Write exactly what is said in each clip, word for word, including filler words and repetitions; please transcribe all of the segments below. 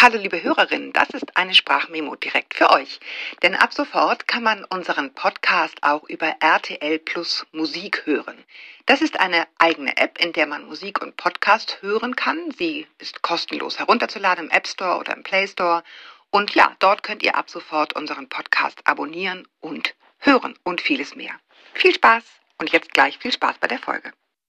Hallo liebe Hörerinnen, das ist eine Sprachmemo direkt für euch. Denn ab sofort kann man unseren Podcast auch über R T L Plus Musik hören. Das ist eine eigene App, in der man Musik und Podcast hören kann. Sie ist kostenlos herunterzuladen im App Store oder im Play Store. Und ja, dort könnt ihr ab sofort unseren Podcast abonnieren und hören und vieles mehr. Viel Spaß und jetzt gleich viel Spaß bei der Folge.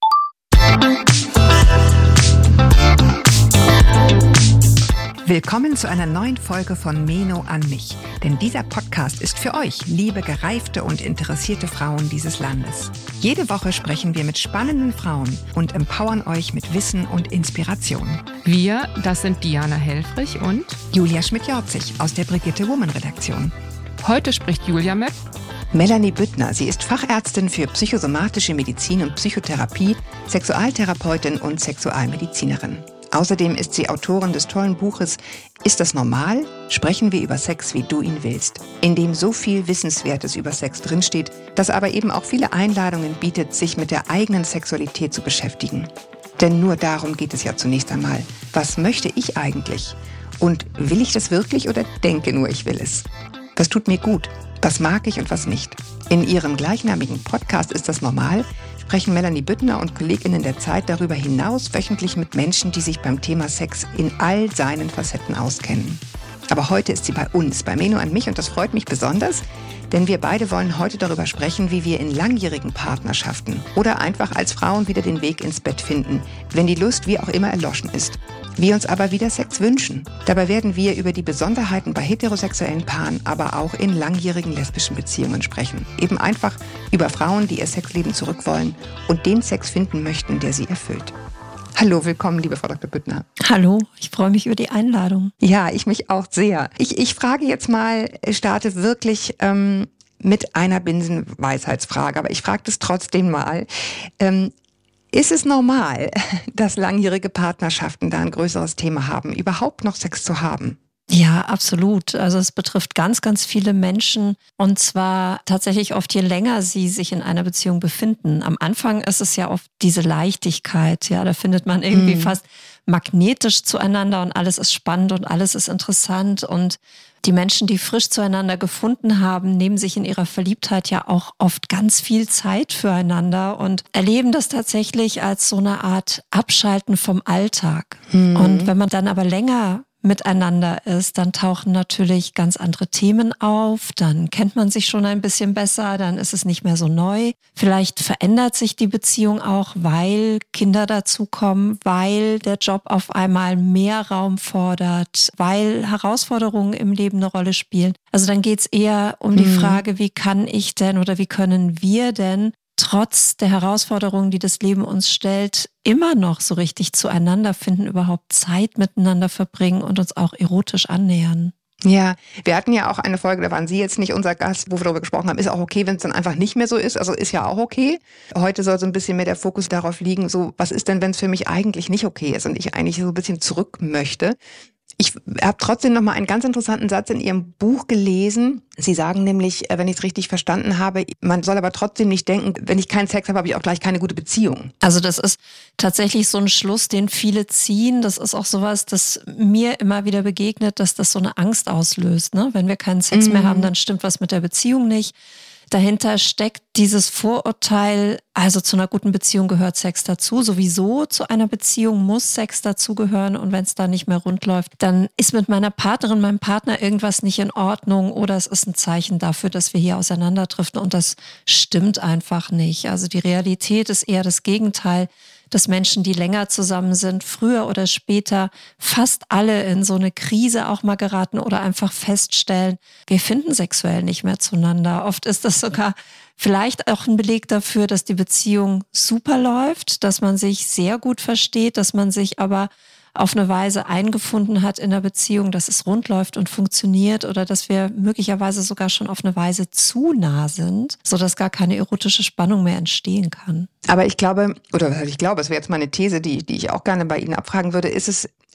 Willkommen zu einer neuen Folge von Meno an mich. Denn dieser Podcast ist für euch, liebe gereifte und interessierte Frauen dieses Landes. Jede Woche sprechen wir mit spannenden Frauen und empowern euch mit Wissen und Inspiration. Wir, das sind Diana Helfrich und Julia Schmidt-Jorzig aus der Brigitte Woman Redaktion. Heute spricht Julia mit Melanie Büttner. Sie ist Fachärztin für psychosomatische Medizin und Psychotherapie, Sexualtherapeutin und Sexualmedizinerin. Außerdem ist sie Autorin des tollen Buches Ist das normal? Sprechen wir über Sex, wie du ihn willst, in dem so viel Wissenswertes über Sex drinsteht, das aber eben auch viele Einladungen bietet, sich mit der eigenen Sexualität zu beschäftigen. Denn nur darum geht es ja zunächst einmal. Was möchte ich eigentlich? Und will ich das wirklich oder denke nur, ich will es? Was tut mir gut? Was mag ich und was nicht? In ihrem gleichnamigen Podcast Ist das normal? Sprechen Melanie Büttner und KollegInnen der Zeit darüber hinaus wöchentlich mit Menschen, die sich beim Thema Sex in all seinen Facetten auskennen. Aber heute ist sie bei uns, bei Meno an mich, und das freut mich besonders, denn wir beide wollen heute darüber sprechen, wie wir in langjährigen Partnerschaften oder einfach als Frauen wieder den Weg ins Bett finden, wenn die Lust wie auch immer erloschen ist. Wir uns aber wieder Sex wünschen. Dabei werden wir über die Besonderheiten bei heterosexuellen Paaren, aber auch in langjährigen lesbischen Beziehungen sprechen. Eben einfach über Frauen, die ihr Sexleben zurück wollen und den Sex finden möchten, der sie erfüllt. Hallo, willkommen, liebe Frau Doktor Büttner. Hallo, ich freue mich über die Einladung. Ja, ich mich auch sehr. Ich, ich frage jetzt mal, starte wirklich ähm, mit einer Binsenweisheitsfrage, aber ich frage das trotzdem mal. Ähm, Ist es normal, dass langjährige Partnerschaften da ein größeres Thema haben, überhaupt noch Sex zu haben? Ja, absolut. Also es betrifft ganz, ganz viele Menschen und zwar tatsächlich oft, je länger sie sich in einer Beziehung befinden. Am Anfang ist es ja oft diese Leichtigkeit, ja, da findet man irgendwie mhm. fast magnetisch zueinander und alles ist spannend und alles ist interessant und die Menschen, die frisch zueinander gefunden haben, nehmen sich in ihrer Verliebtheit ja auch oft ganz viel Zeit füreinander und erleben das tatsächlich als so eine Art Abschalten vom Alltag. Mhm. Und wenn man dann aber länger miteinander ist, dann tauchen natürlich ganz andere Themen auf, dann kennt man sich schon ein bisschen besser, dann ist es nicht mehr so neu. Vielleicht verändert sich die Beziehung auch, weil Kinder dazukommen, weil der Job auf einmal mehr Raum fordert, weil Herausforderungen im Leben eine Rolle spielen. Also dann geht es eher um die mhm. Frage, wie kann ich denn oder wie können wir denn trotz der Herausforderungen, die das Leben uns stellt, immer noch so richtig zueinander finden, überhaupt Zeit miteinander verbringen und uns auch erotisch annähern. Ja, wir hatten ja auch eine Folge, da waren Sie jetzt nicht unser Gast, wo wir darüber gesprochen haben, ist auch okay, wenn es dann einfach nicht mehr so ist, also ist ja auch okay. Heute soll so ein bisschen mehr der Fokus darauf liegen, so was ist denn, wenn es für mich eigentlich nicht okay ist und ich eigentlich so ein bisschen zurück möchte. Ich habe trotzdem noch mal einen ganz interessanten Satz in Ihrem Buch gelesen. Sie sagen nämlich, wenn ich es richtig verstanden habe, man soll aber trotzdem nicht denken, wenn ich keinen Sex habe, habe ich auch gleich keine gute Beziehung. Also das ist tatsächlich so ein Schluss, den viele ziehen. Das ist auch sowas, das mir immer wieder begegnet, dass das so eine Angst auslöst. Ne? Wenn wir keinen Sex mhm. mehr haben, dann stimmt was mit der Beziehung nicht. Dahinter steckt dieses Vorurteil, also zu einer guten Beziehung gehört Sex dazu. Sowieso zu einer Beziehung muss Sex dazugehören und wenn es da nicht mehr rund läuft, dann ist mit meiner Partnerin, meinem Partner irgendwas nicht in Ordnung oder es ist ein Zeichen dafür, dass wir hier auseinanderdriften und das stimmt einfach nicht. Also die Realität ist eher das Gegenteil, dass Menschen, die länger zusammen sind, früher oder später fast alle in so eine Krise auch mal geraten oder einfach feststellen, wir finden sexuell nicht mehr zueinander. Oft ist das sogar vielleicht auch ein Beleg dafür, dass die Beziehung super läuft, dass man sich sehr gut versteht, dass man sich aber auf eine Weise eingefunden hat in der Beziehung, dass es rund läuft und funktioniert oder dass wir möglicherweise sogar schon auf eine Weise zu nah sind, sodass gar keine erotische Spannung mehr entstehen kann. Aber ich glaube, oder ich glaube, es wäre jetzt mal eine These, die, die ich auch gerne bei Ihnen abfragen würde, ist es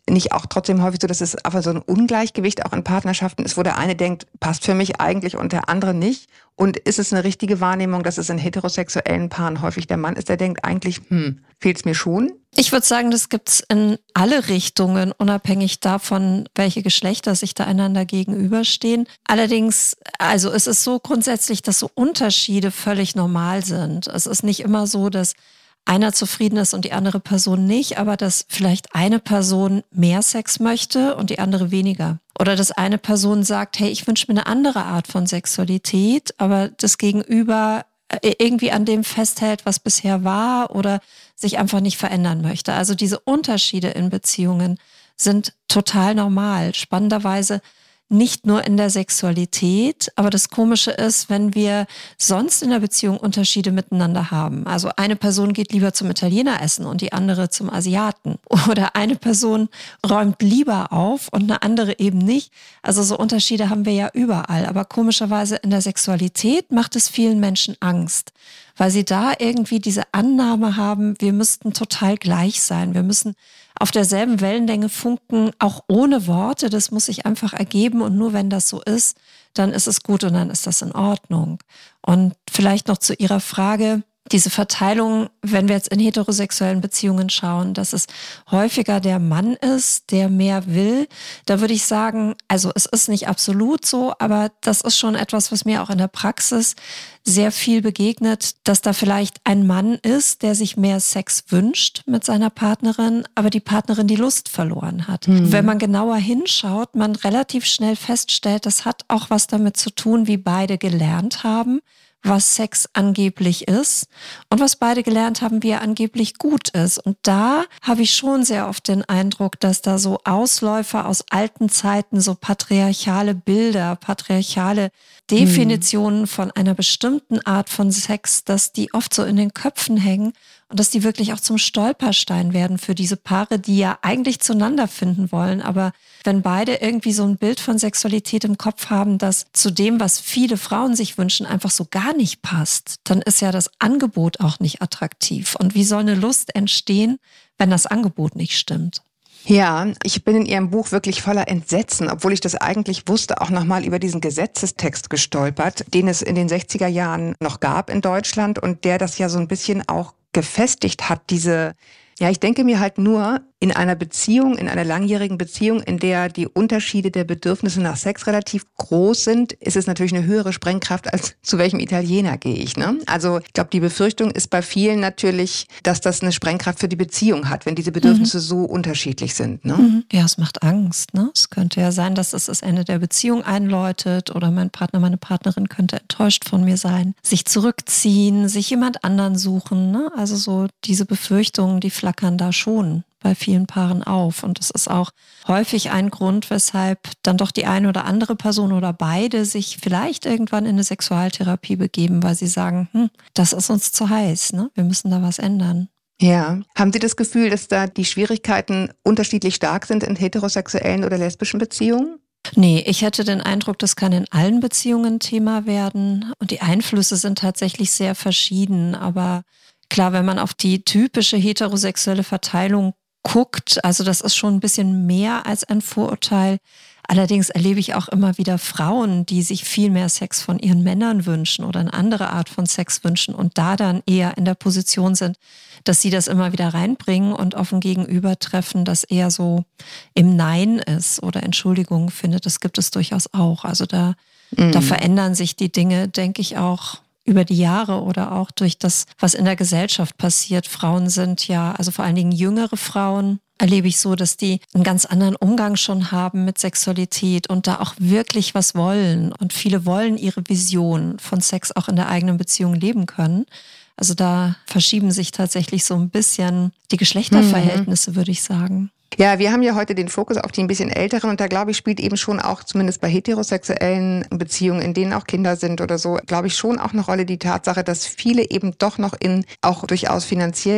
nicht auch trotzdem häufig so, dass es einfach so ein Ungleichgewicht auch in Partnerschaften ist, wo der eine denkt, passt für mich eigentlich und der andere nicht? Und ist es eine richtige Wahrnehmung, dass es in heterosexuellen Paaren häufig der Mann ist, der denkt eigentlich, hm, fehlt's mir schon? Ich würde sagen, das gibt's in alle Richtungen, unabhängig davon, welche Geschlechter sich da einander gegenüberstehen. Allerdings, also es ist so grundsätzlich, dass so Unterschiede völlig normal sind. Es ist nicht immer so, dass einer zufrieden ist und die andere Person nicht, aber dass vielleicht eine Person mehr Sex möchte und die andere weniger. Oder dass eine Person sagt, hey, ich wünsche mir eine andere Art von Sexualität, aber das Gegenüber irgendwie an dem festhält, was bisher war oder sich einfach nicht verändern möchte. Also diese Unterschiede in Beziehungen sind total normal. Spannenderweise nicht nur in der Sexualität, aber das Komische ist, wenn wir sonst in der Beziehung Unterschiede miteinander haben. Also eine Person geht lieber zum Italiener essen und die andere zum Asiaten. Oder eine Person räumt lieber auf und eine andere eben nicht. Also so Unterschiede haben wir ja überall. Aber komischerweise in der Sexualität macht es vielen Menschen Angst, weil sie da irgendwie diese Annahme haben, wir müssten total gleich sein. Wir müssen auf derselben Wellenlänge funken, auch ohne Worte. Das muss sich einfach ergeben. Und nur wenn das so ist, dann ist es gut und dann ist das in Ordnung. Und vielleicht noch zu Ihrer Frage, diese Verteilung, wenn wir jetzt in heterosexuellen Beziehungen schauen, dass es häufiger der Mann ist, der mehr will, da würde ich sagen, also es ist nicht absolut so, aber das ist schon etwas, was mir auch in der Praxis sehr viel begegnet, dass da vielleicht ein Mann ist, der sich mehr Sex wünscht mit seiner Partnerin, aber die Partnerin die Lust verloren hat. Mhm. Wenn man genauer hinschaut, man relativ schnell feststellt, das hat auch was damit zu tun, wie beide gelernt haben, was Sex angeblich ist und was beide gelernt haben, wie er angeblich gut ist. Und da habe ich schon sehr oft den Eindruck, dass da so Ausläufer aus alten Zeiten, so patriarchale Bilder, patriarchale Definitionen von einer bestimmten Art von Sex, dass die oft so in den Köpfen hängen und dass die wirklich auch zum Stolperstein werden für diese Paare, die ja eigentlich zueinander finden wollen. Aber wenn beide irgendwie so ein Bild von Sexualität im Kopf haben, das zu dem, was viele Frauen sich wünschen, einfach so gar nicht passt, dann ist ja das Angebot auch nicht attraktiv. Und wie soll eine Lust entstehen, wenn das Angebot nicht stimmt? Ja, ich bin in Ihrem Buch wirklich voller Entsetzen, obwohl ich das eigentlich wusste, auch nochmal über diesen Gesetzestext gestolpert, den es in den sechziger Jahren noch gab in Deutschland und der das ja so ein bisschen auch gefestigt hat, diese, ja, ich denke mir halt nur, in einer Beziehung, in einer langjährigen Beziehung, in der die Unterschiede der Bedürfnisse nach Sex relativ groß sind, ist es natürlich eine höhere Sprengkraft, als zu welchem Italiener gehe ich, ne? Also ich glaube, die Befürchtung ist bei vielen natürlich, dass das eine Sprengkraft für die Beziehung hat, wenn diese Bedürfnisse mhm. so unterschiedlich sind, ne? Ja, es macht Angst, ne? Es könnte ja sein, dass es das Ende der Beziehung einläutet oder mein Partner, meine Partnerin könnte enttäuscht von mir sein, sich zurückziehen, sich jemand anderen suchen, ne? Also so diese Befürchtungen, die flackern da schon bei vielen Paaren auf. Und das ist auch häufig ein Grund, weshalb dann doch die eine oder andere Person oder beide sich vielleicht irgendwann in eine Sexualtherapie begeben, weil sie sagen, hm, das ist uns zu heiß, ne? Wir müssen da was ändern. Ja. Haben Sie das Gefühl, dass da die Schwierigkeiten unterschiedlich stark sind in heterosexuellen oder lesbischen Beziehungen? Nee, ich hätte den Eindruck, das kann in allen Beziehungen Thema werden. Und die Einflüsse sind tatsächlich sehr verschieden. Aber klar, wenn man auf die typische heterosexuelle Verteilung guckt, also das ist schon ein bisschen mehr als ein Vorurteil. Allerdings erlebe ich auch immer wieder Frauen, die sich viel mehr Sex von ihren Männern wünschen oder eine andere Art von Sex wünschen und da dann eher in der Position sind, dass sie das immer wieder reinbringen und auf ein Gegenüber treffen, das eher so im Nein ist oder Entschuldigung findet. Das gibt es durchaus auch. Also da, mhm. da verändern sich die Dinge, denke ich, auch über die Jahre oder auch durch das, was in der Gesellschaft passiert. Frauen sind ja, also vor allen Dingen jüngere Frauen, erlebe ich so, dass die einen ganz anderen Umgang schon haben mit Sexualität und da auch wirklich was wollen. Und viele wollen ihre Vision von Sex auch in der eigenen Beziehung leben können. Also da verschieben sich tatsächlich so ein bisschen die Geschlechterverhältnisse, mhm. würde ich sagen. Ja, wir haben ja heute den Fokus auf die ein bisschen Älteren und da glaube ich, spielt eben schon auch, zumindest bei heterosexuellen Beziehungen, in denen auch Kinder sind oder so, glaube ich schon auch eine Rolle die Tatsache, dass viele eben doch noch in auch durchaus finanziell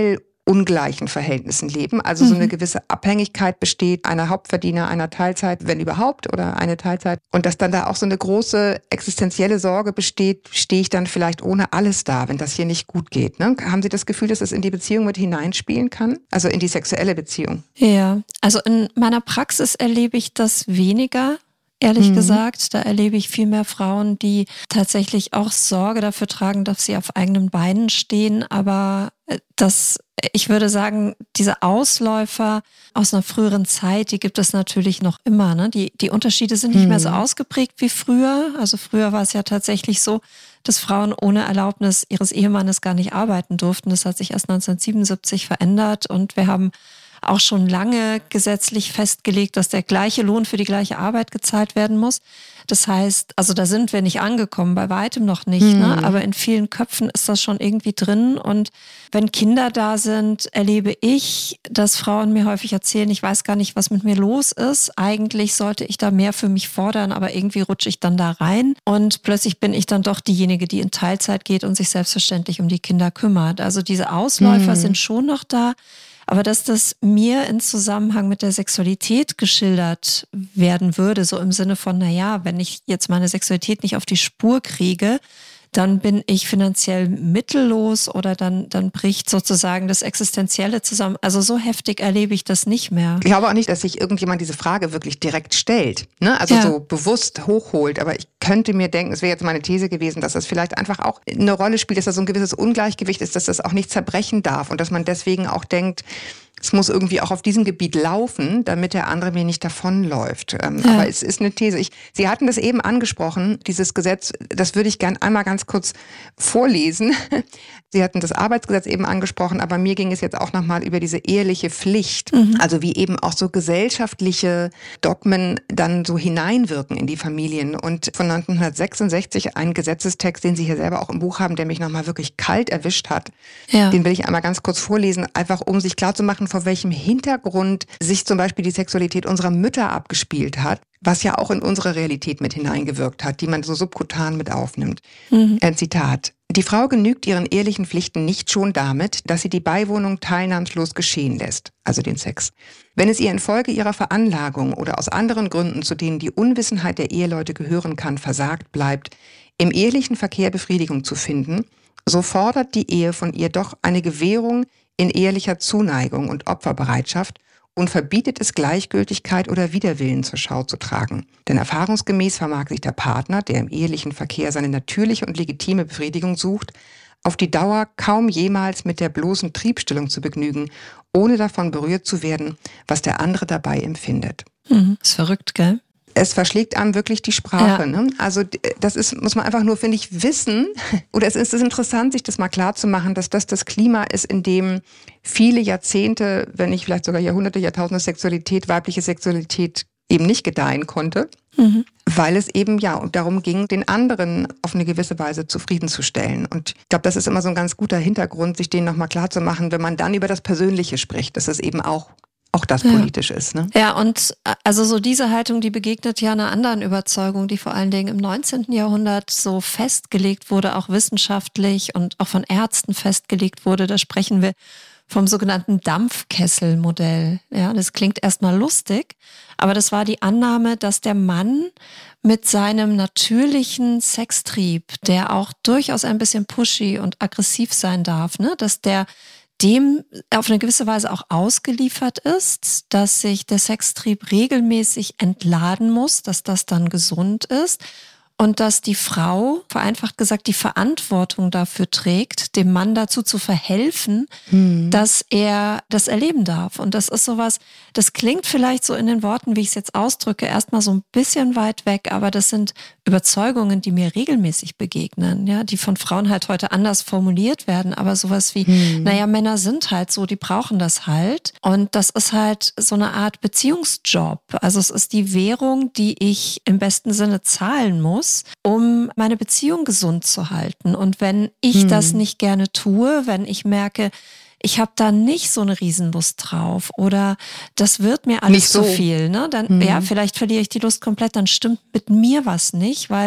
ungleichen Verhältnissen leben. Also mhm. so eine gewisse Abhängigkeit besteht, einer Hauptverdiener, einer Teilzeit, wenn überhaupt, oder eine Teilzeit. Und dass dann da auch so eine große existenzielle Sorge besteht, stehe ich dann vielleicht ohne alles da, wenn das hier nicht gut geht. Ne? Haben Sie das Gefühl, dass es in die Beziehung mit hineinspielen kann? Also in die sexuelle Beziehung? Ja, also in meiner Praxis erlebe ich das weniger. Ehrlich mhm. gesagt, da erlebe ich viel mehr Frauen, die tatsächlich auch Sorge dafür tragen, dass sie auf eigenen Beinen stehen. Aber das, ich würde sagen, diese Ausläufer aus einer früheren Zeit, die gibt es natürlich noch immer. Ne? Die, die Unterschiede sind nicht mhm. mehr so ausgeprägt wie früher. Also früher war es ja tatsächlich so, dass Frauen ohne Erlaubnis ihres Ehemannes gar nicht arbeiten durften. Das hat sich erst neunzehnhundertsiebenundsiebzig verändert und wir haben auch schon lange gesetzlich festgelegt, dass der gleiche Lohn für die gleiche Arbeit gezahlt werden muss. Das heißt, also da sind wir nicht angekommen, bei weitem noch nicht, hm. ne? Aber in vielen Köpfen ist das schon irgendwie drin. Und wenn Kinder da sind, erlebe ich, dass Frauen mir häufig erzählen, ich weiß gar nicht, was mit mir los ist. Eigentlich sollte ich da mehr für mich fordern, aber irgendwie rutsche ich dann da rein. Und plötzlich bin ich dann doch diejenige, die in Teilzeit geht und sich selbstverständlich um die Kinder kümmert. Also diese Ausläufer hm. sind schon noch da. Aber dass das mir in Zusammenhang mit der Sexualität geschildert werden würde, so im Sinne von, naja, wenn ich jetzt meine Sexualität nicht auf die Spur kriege, dann bin ich finanziell mittellos oder dann, dann bricht sozusagen das Existenzielle zusammen. Also so heftig erlebe ich das nicht mehr. Ich glaube auch nicht, dass sich irgendjemand diese Frage wirklich direkt stellt, ne? Also ja. so bewusst hochholt. Aber ich könnte mir denken, es wäre jetzt meine These gewesen, dass das vielleicht einfach auch eine Rolle spielt, dass da so ein gewisses Ungleichgewicht ist, dass das auch nicht zerbrechen darf und dass man deswegen auch denkt, es muss irgendwie auch auf diesem Gebiet laufen, damit der andere mir nicht davonläuft. Ähm, ja. Aber es ist eine These. Ich, Sie hatten das eben angesprochen, dieses Gesetz, das würde ich gern einmal ganz kurz vorlesen. Sie hatten das Arbeitsgesetz eben angesprochen, aber mir ging es jetzt auch nochmal über diese eheliche Pflicht. Mhm. Also wie eben auch so gesellschaftliche Dogmen dann so hineinwirken in die Familien. Und von neunzehnhundertsechsundsechzig ein Gesetzestext, den Sie hier selber auch im Buch haben, der mich nochmal wirklich kalt erwischt hat. Ja. Den will ich einmal ganz kurz vorlesen, einfach um sich klarzumachen, vor welchem Hintergrund sich zum Beispiel die Sexualität unserer Mütter abgespielt hat, was ja auch in unsere Realität mit hineingewirkt hat, die man so subkutan mit aufnimmt. Mhm. Ein Zitat. Die Frau genügt ihren ehelichen Pflichten nicht schon damit, dass sie die Beiwohnung teilnahmslos geschehen lässt, also den Sex. Wenn es ihr infolge ihrer Veranlagung oder aus anderen Gründen, zu denen die Unwissenheit der Eheleute gehören kann, versagt bleibt, im ehelichen Verkehr Befriedigung zu finden, so fordert die Ehe von ihr doch eine Gewährung in ehelicher Zuneigung und Opferbereitschaft und verbietet es, Gleichgültigkeit oder Widerwillen zur Schau zu tragen. Denn erfahrungsgemäß vermag sich der Partner, der im ehelichen Verkehr seine natürliche und legitime Befriedigung sucht, auf die Dauer kaum jemals mit der bloßen Triebstellung zu begnügen, ohne davon berührt zu werden, was der andere dabei empfindet. Mhm, ist verrückt, gell? Es verschlägt einem wirklich die Sprache. Ja. Ne? Also das ist, muss man einfach nur, finde ich, wissen. Oder es ist interessant, sich das mal klar zu machen, dass das das Klima ist, in dem viele Jahrzehnte, wenn nicht vielleicht sogar Jahrhunderte, Jahrtausende Sexualität, weibliche Sexualität eben nicht gedeihen konnte. Mhm. Weil es eben ja darum ging, den anderen auf eine gewisse Weise zufriedenzustellen. Und ich glaube, das ist immer so ein ganz guter Hintergrund, sich den nochmal klar zu machen, wenn man dann über das Persönliche spricht, dass es eben auch Auch das politisch ja. ist, ne? Ja, und also so diese Haltung, die begegnet ja einer anderen Überzeugung, die vor allen Dingen im neunzehnten Jahrhundert so festgelegt wurde, auch wissenschaftlich und auch von Ärzten festgelegt wurde. Da sprechen wir vom sogenannten Dampfkesselmodell. Ja, das klingt erstmal lustig, aber das war die Annahme, dass der Mann mit seinem natürlichen Sextrieb, der auch durchaus ein bisschen pushy und aggressiv sein darf, ne, dass der dem auf eine gewisse Weise auch ausgeliefert ist, dass sich der Sextrieb regelmäßig entladen muss, dass das dann gesund ist und dass die Frau, vereinfacht gesagt, die Verantwortung dafür trägt, dem Mann dazu zu verhelfen, hm. dass er das erleben darf. Und das ist sowas, das klingt vielleicht so in den Worten, wie ich es jetzt ausdrücke, erstmal so ein bisschen weit weg, aber das sind Überzeugungen, die mir regelmäßig begegnen, ja, die von Frauen halt heute anders formuliert werden, aber sowas wie, hm. naja, Männer sind halt so, die brauchen das halt. Und das ist halt so eine Art Beziehungsjob. Also es ist die Währung, die ich im besten Sinne zahlen muss, um meine Beziehung gesund zu halten. Und wenn ich hm. das nicht gerne tue, wenn ich merke, ich habe da nicht so eine Riesenlust drauf oder das wird mir alles nicht so zu viel, ne? Dann, mhm. ja, vielleicht verliere ich die Lust komplett, dann stimmt mit mir was nicht, weil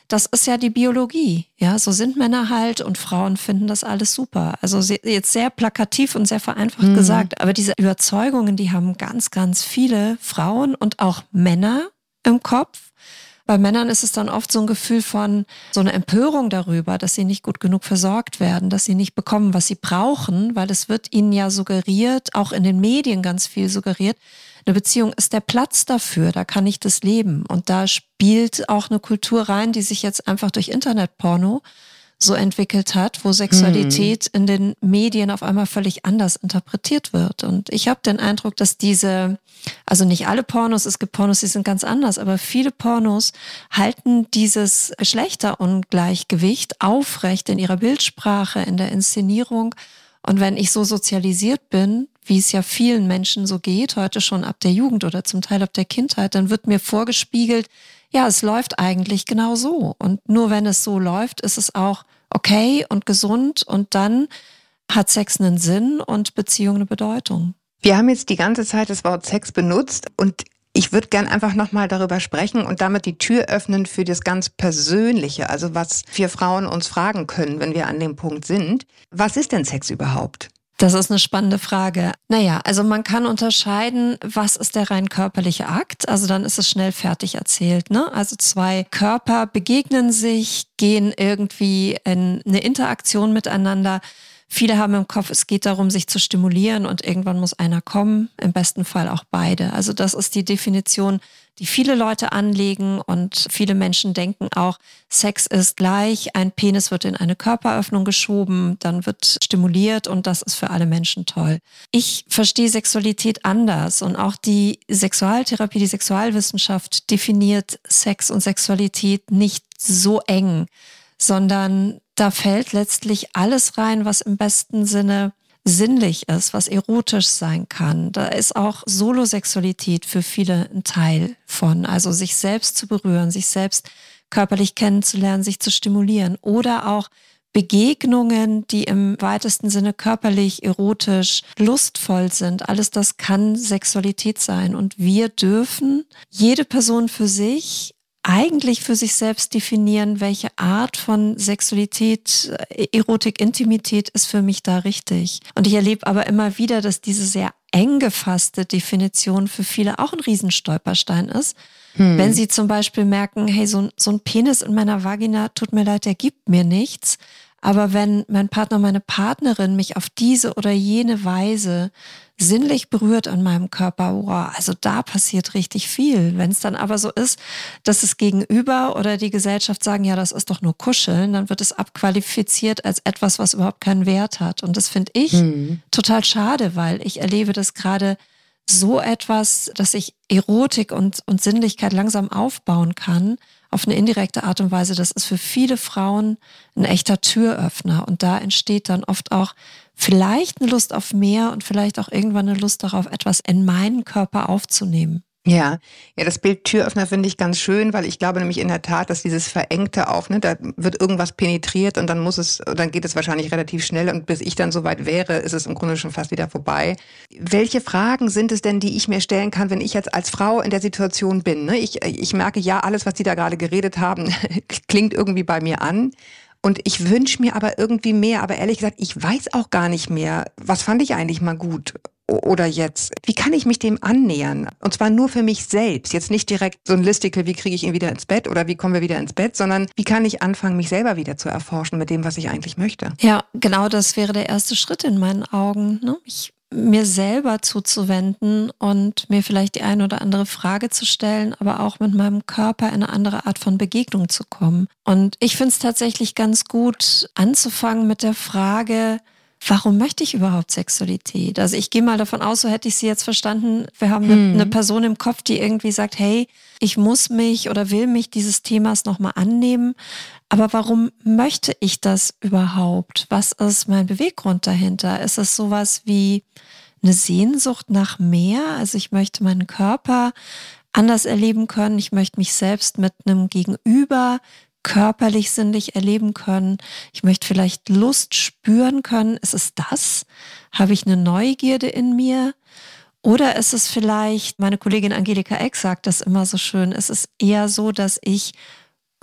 das ist ja die Biologie. Ja, so sind Männer halt und Frauen finden das alles super. Also jetzt sehr plakativ und sehr vereinfacht mhm. gesagt, aber diese Überzeugungen, die haben ganz, ganz viele Frauen und auch Männer im Kopf. Bei Männern ist es dann oft so ein Gefühl von so eine Empörung darüber, dass sie nicht gut genug versorgt werden, dass sie nicht bekommen, was sie brauchen, weil es wird ihnen ja suggeriert, auch in den Medien ganz viel suggeriert, eine Beziehung ist der Platz dafür, da kann ich das leben. Und da spielt auch eine Kultur rein, die sich jetzt einfach durch Internetporno so entwickelt hat, wo Sexualität hm. in den Medien auf einmal völlig anders interpretiert wird. Und ich habe den Eindruck, dass diese, also nicht alle Pornos, es gibt Pornos, die sind ganz anders, aber viele Pornos halten dieses Geschlechterungleichgewicht aufrecht in ihrer Bildsprache, in der Inszenierung. Und wenn ich so sozialisiert bin, wie es ja vielen Menschen so geht, heute schon ab der Jugend oder zum Teil ab der Kindheit, dann wird mir vorgespiegelt, ja, es läuft eigentlich genau so. Und nur wenn es so läuft, ist es auch okay und gesund und dann hat Sex einen Sinn und Beziehung eine Bedeutung. Wir haben jetzt die ganze Zeit das Wort Sex benutzt und ich würde gern einfach nochmal darüber sprechen und damit die Tür öffnen für das ganz Persönliche, also was wir Frauen uns fragen können, wenn wir an dem Punkt sind. Was ist denn Sex überhaupt? Das ist eine spannende Frage. Naja, also man kann unterscheiden, was ist der rein körperliche Akt? Also dann ist es schnell fertig erzählt, ne? Also zwei Körper begegnen sich, gehen irgendwie in eine Interaktion miteinander. Viele haben im Kopf, es geht darum, sich zu stimulieren und irgendwann muss einer kommen, im besten Fall auch beide. Also das ist die Definition, die viele Leute anlegen und viele Menschen denken auch, Sex ist gleich, ein Penis wird in eine Körperöffnung geschoben, dann wird stimuliert und das ist für alle Menschen toll. Ich verstehe Sexualität anders und auch die Sexualtherapie, die Sexualwissenschaft definiert Sex und Sexualität nicht so eng, sondern da fällt letztlich alles rein, was im besten Sinne sinnlich ist, was erotisch sein kann. Da ist auch Solosexualität für viele ein Teil von. Also sich selbst zu berühren, sich selbst körperlich kennenzulernen, sich zu stimulieren oder auch Begegnungen, die im weitesten Sinne körperlich, erotisch, lustvoll sind. Alles das kann Sexualität sein. Und wir dürfen jede Person für sich eigentlich für sich selbst definieren, welche Art von Sexualität, Erotik, Intimität ist für mich da richtig. Und ich erlebe aber immer wieder, dass diese sehr eng gefasste Definition für viele auch ein Riesenstolperstein ist. Hm. Wenn sie zum Beispiel merken, hey, so, so ein Penis in meiner Vagina, tut mir leid, der gibt mir nichts. Aber wenn mein Partner, meine Partnerin mich auf diese oder jene Weise sinnlich berührt an meinem Körper, wow, also da passiert richtig viel. Wenn es dann aber so ist, dass das Gegenüber oder die Gesellschaft sagen, ja, das ist doch nur Kuscheln, dann wird es abqualifiziert als etwas, was überhaupt keinen Wert hat. Und das finde ich mhm. total schade, weil ich erlebe das gerade so etwas, dass ich Erotik und, und Sinnlichkeit langsam aufbauen kann, auf eine indirekte Art und Weise. Das ist für viele Frauen ein echter Türöffner. Und da entsteht dann oft auch vielleicht eine Lust auf mehr und vielleicht auch irgendwann eine Lust darauf, etwas in meinen Körper aufzunehmen. Ja, ja, das Bild Türöffner finde ich ganz schön, weil ich glaube nämlich in der Tat, dass dieses Verengte auf, ne, da wird irgendwas penetriert und dann muss es, dann geht es wahrscheinlich relativ schnell und bis ich dann soweit wäre, ist es im Grunde schon fast wieder vorbei. Welche Fragen sind es denn, die ich mir stellen kann, wenn ich jetzt als Frau in der Situation bin? Ne? Ich, ich merke, ja, alles, was die da gerade geredet haben, klingt irgendwie bei mir an. Und ich wünsche mir aber irgendwie mehr. Aber ehrlich gesagt, ich weiß auch gar nicht mehr, was fand ich eigentlich mal gut oder jetzt. Wie kann ich mich dem annähern? Und zwar nur für mich selbst. Jetzt nicht direkt so ein Listicle, wie kriege ich ihn wieder ins Bett oder wie kommen wir wieder ins Bett, sondern wie kann ich anfangen, mich selber wieder zu erforschen mit dem, was ich eigentlich möchte? Ja, genau das wäre der erste Schritt in meinen Augen. Ne? Ich mir selber zuzuwenden und mir vielleicht die eine oder andere Frage zu stellen, aber auch mit meinem Körper in eine andere Art von Begegnung zu kommen. Und ich finde es tatsächlich ganz gut, anzufangen mit der Frage, warum möchte ich überhaupt Sexualität? Also ich gehe mal davon aus, so hätte ich sie jetzt verstanden, wir haben eine, hm. eine Person im Kopf, die irgendwie sagt, hey, ich muss mich oder will mich dieses Themas nochmal annehmen. Aber warum möchte ich das überhaupt? Was ist mein Beweggrund dahinter? Ist es sowas wie eine Sehnsucht nach mehr? Also ich möchte meinen Körper anders erleben können. Ich möchte mich selbst mit einem Gegenüber körperlich, sinnlich erleben können. Ich möchte vielleicht Lust spüren können. Ist es das? Habe ich eine Neugierde in mir? Oder ist es vielleicht, meine Kollegin Angelika Eck sagt das immer so schön, es ist eher so, dass ich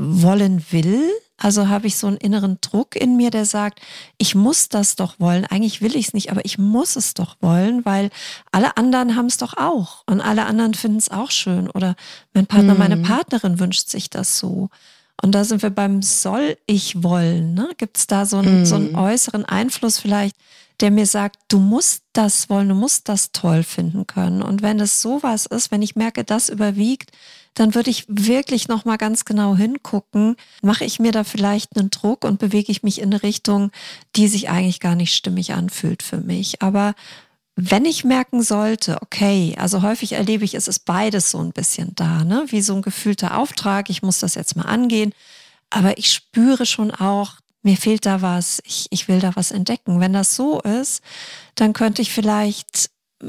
wollen will? Also habe ich so einen inneren Druck in mir, der sagt, ich muss das doch wollen. Eigentlich will ich es nicht, aber ich muss es doch wollen, weil alle anderen haben es doch auch. Und alle anderen finden es auch schön. Oder mein Partner, mhm. meine Partnerin wünscht sich das so. Und da sind wir beim soll ich wollen. Ne? Gibt es da so einen, mm. so einen äußeren Einfluss vielleicht, der mir sagt, du musst das wollen, du musst das toll finden können. Und wenn es sowas ist, wenn ich merke, das überwiegt, dann würde ich wirklich nochmal ganz genau hingucken, mache ich mir da vielleicht einen Druck und bewege ich mich in eine Richtung, die sich eigentlich gar nicht stimmig anfühlt für mich. Aber wenn ich merken sollte, okay, also häufig erlebe ich, es ist beides so ein bisschen da, ne? Wie so ein gefühlter Auftrag, ich muss das jetzt mal angehen, aber ich spüre schon auch, mir fehlt da was, ich, ich will da was entdecken. Wenn das so ist, dann könnte ich vielleicht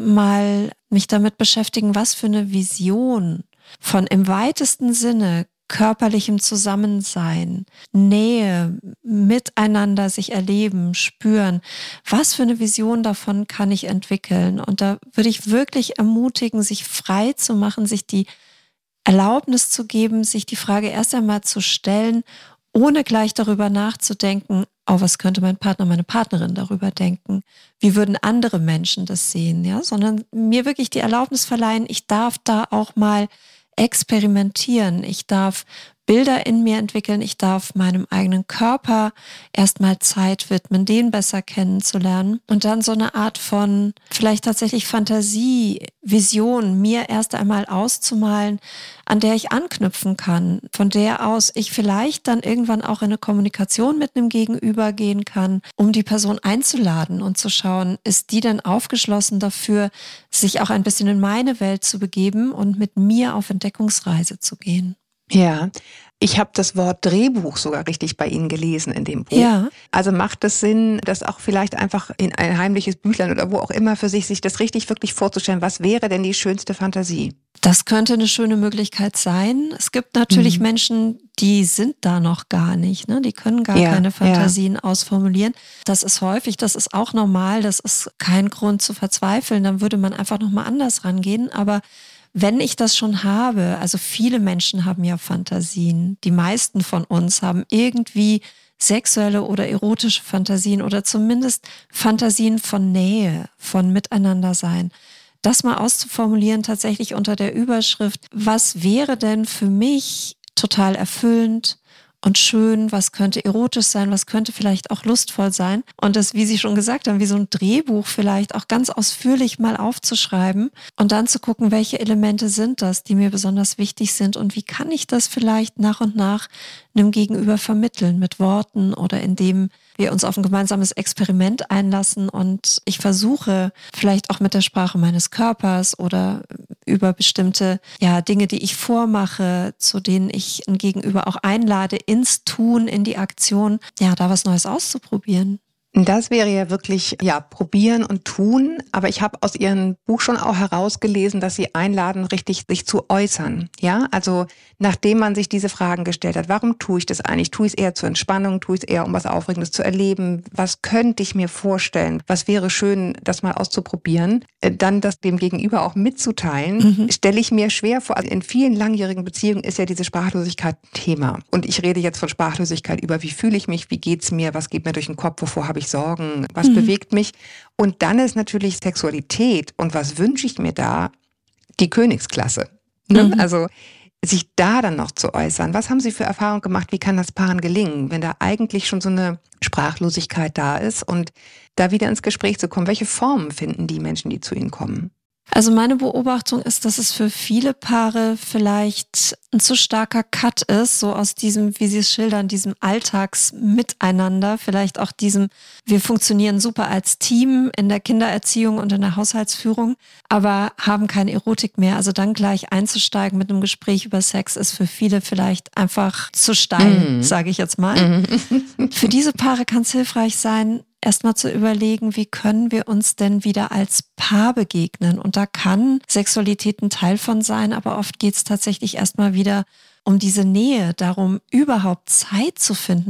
mal mich damit beschäftigen, was für eine Vision von im weitesten Sinne körperlichem Zusammensein, Nähe, miteinander sich erleben, spüren. Was für eine Vision davon kann ich entwickeln? Und da würde ich wirklich ermutigen, sich frei zu machen, sich die Erlaubnis zu geben, sich die Frage erst einmal zu stellen, ohne gleich darüber nachzudenken, oh, was könnte mein Partner, meine Partnerin darüber denken? Wie würden andere Menschen das sehen? Ja, sondern mir wirklich die Erlaubnis verleihen, ich darf da auch mal experimentieren. Ich darf Bilder in mir entwickeln. Ich darf meinem eigenen Körper erstmal Zeit widmen, den besser kennenzulernen und dann so eine Art von vielleicht tatsächlich Fantasie, Vision mir erst einmal auszumalen, an der ich anknüpfen kann, von der aus ich vielleicht dann irgendwann auch in eine Kommunikation mit einem Gegenüber gehen kann, um die Person einzuladen und zu schauen, ist die denn aufgeschlossen dafür, sich auch ein bisschen in meine Welt zu begeben und mit mir auf Entdeckungsreise zu gehen. Ja, ich habe das Wort Drehbuch sogar richtig bei Ihnen gelesen in dem Buch. Ja. Also macht es Sinn, das auch vielleicht einfach in ein heimliches Büchlein oder wo auch immer für sich, sich das richtig wirklich vorzustellen. Was wäre denn die schönste Fantasie? Das könnte eine schöne Möglichkeit sein. Es gibt natürlich mhm. Menschen, die sind da noch gar nicht, ne? Die können gar ja, keine Fantasien ja. ausformulieren. Das ist häufig, das ist auch normal, das ist kein Grund zu verzweifeln. Dann würde man einfach nochmal anders rangehen. Aber wenn ich das schon habe, also viele Menschen haben ja Fantasien, die meisten von uns haben irgendwie sexuelle oder erotische Fantasien oder zumindest Fantasien von Nähe, von Miteinandersein. Das mal auszuformulieren tatsächlich unter der Überschrift, was wäre denn für mich total erfüllend und schön, was könnte erotisch sein, was könnte vielleicht auch lustvoll sein. Und das, wie Sie schon gesagt haben, wie so ein Drehbuch vielleicht auch ganz ausführlich mal aufzuschreiben und dann zu gucken, welche Elemente sind das, die mir besonders wichtig sind und wie kann ich das vielleicht nach und nach einem Gegenüber vermitteln mit Worten oder indem wir uns auf ein gemeinsames Experiment einlassen und ich versuche vielleicht auch mit der Sprache meines Körpers oder über bestimmte ja, Dinge, die ich vormache, zu denen ich ein Gegenüber auch einlade, ins Tun, in die Aktion, ja, da was Neues auszuprobieren. Das wäre ja wirklich, ja, probieren und tun. Aber ich habe aus Ihrem Buch schon auch herausgelesen, dass Sie einladen, richtig sich zu äußern. Ja, also nachdem man sich diese Fragen gestellt hat, warum tue ich das eigentlich? Tue ich es eher zur Entspannung? Tue ich es eher, um was Aufregendes zu erleben? Was könnte ich mir vorstellen? Was wäre schön, das mal auszuprobieren? Dann das dem Gegenüber auch mitzuteilen, mhm. stelle ich mir schwer vor. Also in vielen langjährigen Beziehungen ist ja diese Sprachlosigkeit ein Thema. Und ich rede jetzt von Sprachlosigkeit über, wie fühle ich mich? Wie geht's mir? Was geht mir durch den Kopf? Wovor habe ich Sorgen, was mhm. bewegt mich? Und dann ist natürlich Sexualität und was wünsche ich mir da? Die Königsklasse. Ne? Mhm. Also sich da dann noch zu äußern. Was haben Sie für Erfahrungen gemacht? Wie kann das Paaren gelingen, wenn da eigentlich schon so eine Sprachlosigkeit da ist und da wieder ins Gespräch zu kommen? Welche Formen finden die Menschen, die zu Ihnen kommen? Also meine Beobachtung ist, dass es für viele Paare vielleicht ein zu starker Cut ist, so aus diesem, wie Sie es schildern, diesem Alltagsmiteinander, vielleicht auch diesem, wir funktionieren super als Team in der Kindererziehung und in der Haushaltsführung, aber haben keine Erotik mehr. Also dann gleich einzusteigen mit einem Gespräch über Sex ist für viele vielleicht einfach zu steil, mhm. sage ich jetzt mal. Mhm. Für diese Paare kann es hilfreich sein, erstmal zu überlegen, wie können wir uns denn wieder als Paar begegnen? Und da kann Sexualität ein Teil von sein, aber oft geht es tatsächlich erstmal wieder um diese Nähe, darum überhaupt Zeit zu finden,